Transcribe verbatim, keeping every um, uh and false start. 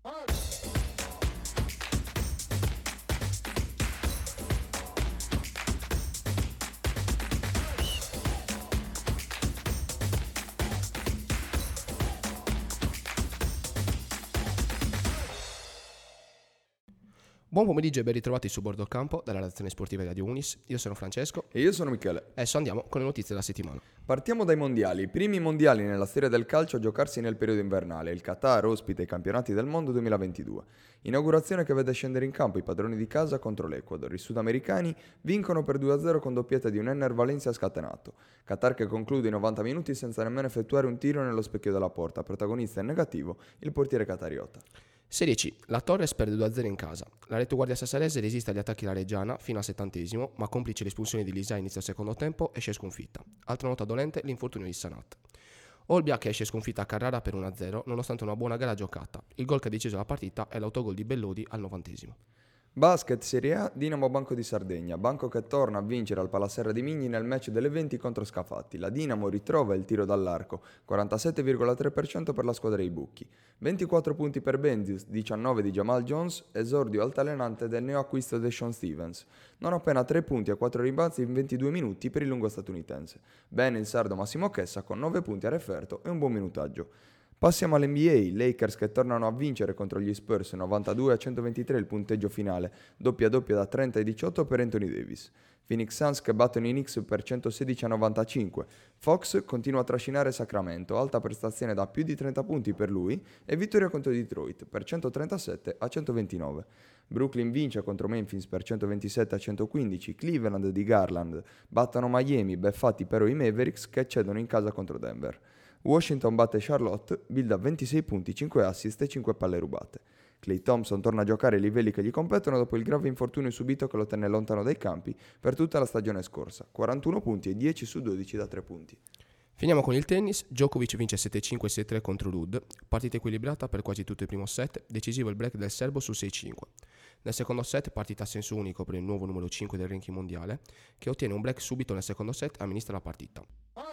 Buon pomeriggio e ben ritrovati su Bordo Campo dalla redazione sportiva di Radio Unis. Io sono Francesco E io sono Michele. e adesso andiamo con le notizie della settimana. Partiamo dai mondiali, i primi mondiali nella storia del calcio a giocarsi nel periodo invernale. Il Qatar ospita i campionati del mondo duemilaventidue. Inaugurazione che vede scendere in campo i padroni di casa contro l'Ecuador. I sudamericani vincono per due a zero con doppietta di un Enner Valencia scatenato. Qatar che conclude i novanta minuti senza nemmeno effettuare un tiro nello specchio della porta. Protagonista in negativo il portiere qatariota. Serie C, la Torres perde due a zero in casa. La retroguardia sassarese resiste agli attacchi della Reggiana fino al settantesimo, ma complice l'espulsione di Lisa a inizio secondo tempo esce sconfitta. Altra nota dolente, l'infortunio di Sanat. Olbia che esce sconfitta a Carrara per uno a zero nonostante una buona gara giocata. Il gol che ha deciso la partita è l'autogol di Bellodi al novantesimo. Basket Serie A, Dinamo Banco di Sardegna. Banco che torna a vincere al Palaserra di Migni nel match delle venti contro Scafatti. La Dinamo ritrova il tiro dall'arco, quarantasette virgola tre per cento per la squadra dei Bucchi. ventiquattro punti per Benzius, diciannove di Jamal Jones, esordio altalenante del neoacquisto di Sean Stevens. Non appena tre punti e quattro rimbalzi in ventidue minuti per il lungo statunitense. Bene il sardo Massimo Chessa con nove punti a referto e un buon minutaggio. Passiamo all'N B A, Lakers che tornano a vincere contro gli Spurs, novantadue a centoventitré il punteggio finale, doppia doppia da trenta e diciotto per Anthony Davis. Phoenix Suns che battono i Knicks per centosedici a novantacinque. Fox continua a trascinare Sacramento, alta prestazione da più di trenta punti per lui e vittoria contro Detroit per centotrentasette a centoventinove. Brooklyn vince contro Memphis per centoventisette a centoquindici, Cleveland di Garland battono Miami, beffati però i Mavericks che cedono in casa contro Denver. Washington batte Charlotte, Bill da ventisei punti, cinque assist e cinque palle rubate. Klay Thompson torna a giocare ai livelli che gli competono dopo il grave infortunio subito che lo tenne lontano dai campi per tutta la stagione scorsa, quarantuno punti e dieci su dodici da tre punti. Finiamo con il tennis, Djokovic vince sette cinque sei tre contro Ruud, partita equilibrata per quasi tutto il primo set, decisivo il break del serbo su sei cinque. Nel secondo set partita a senso unico per il nuovo numero cinque del ranking mondiale, che ottiene un break subito nel secondo set e amministra la partita.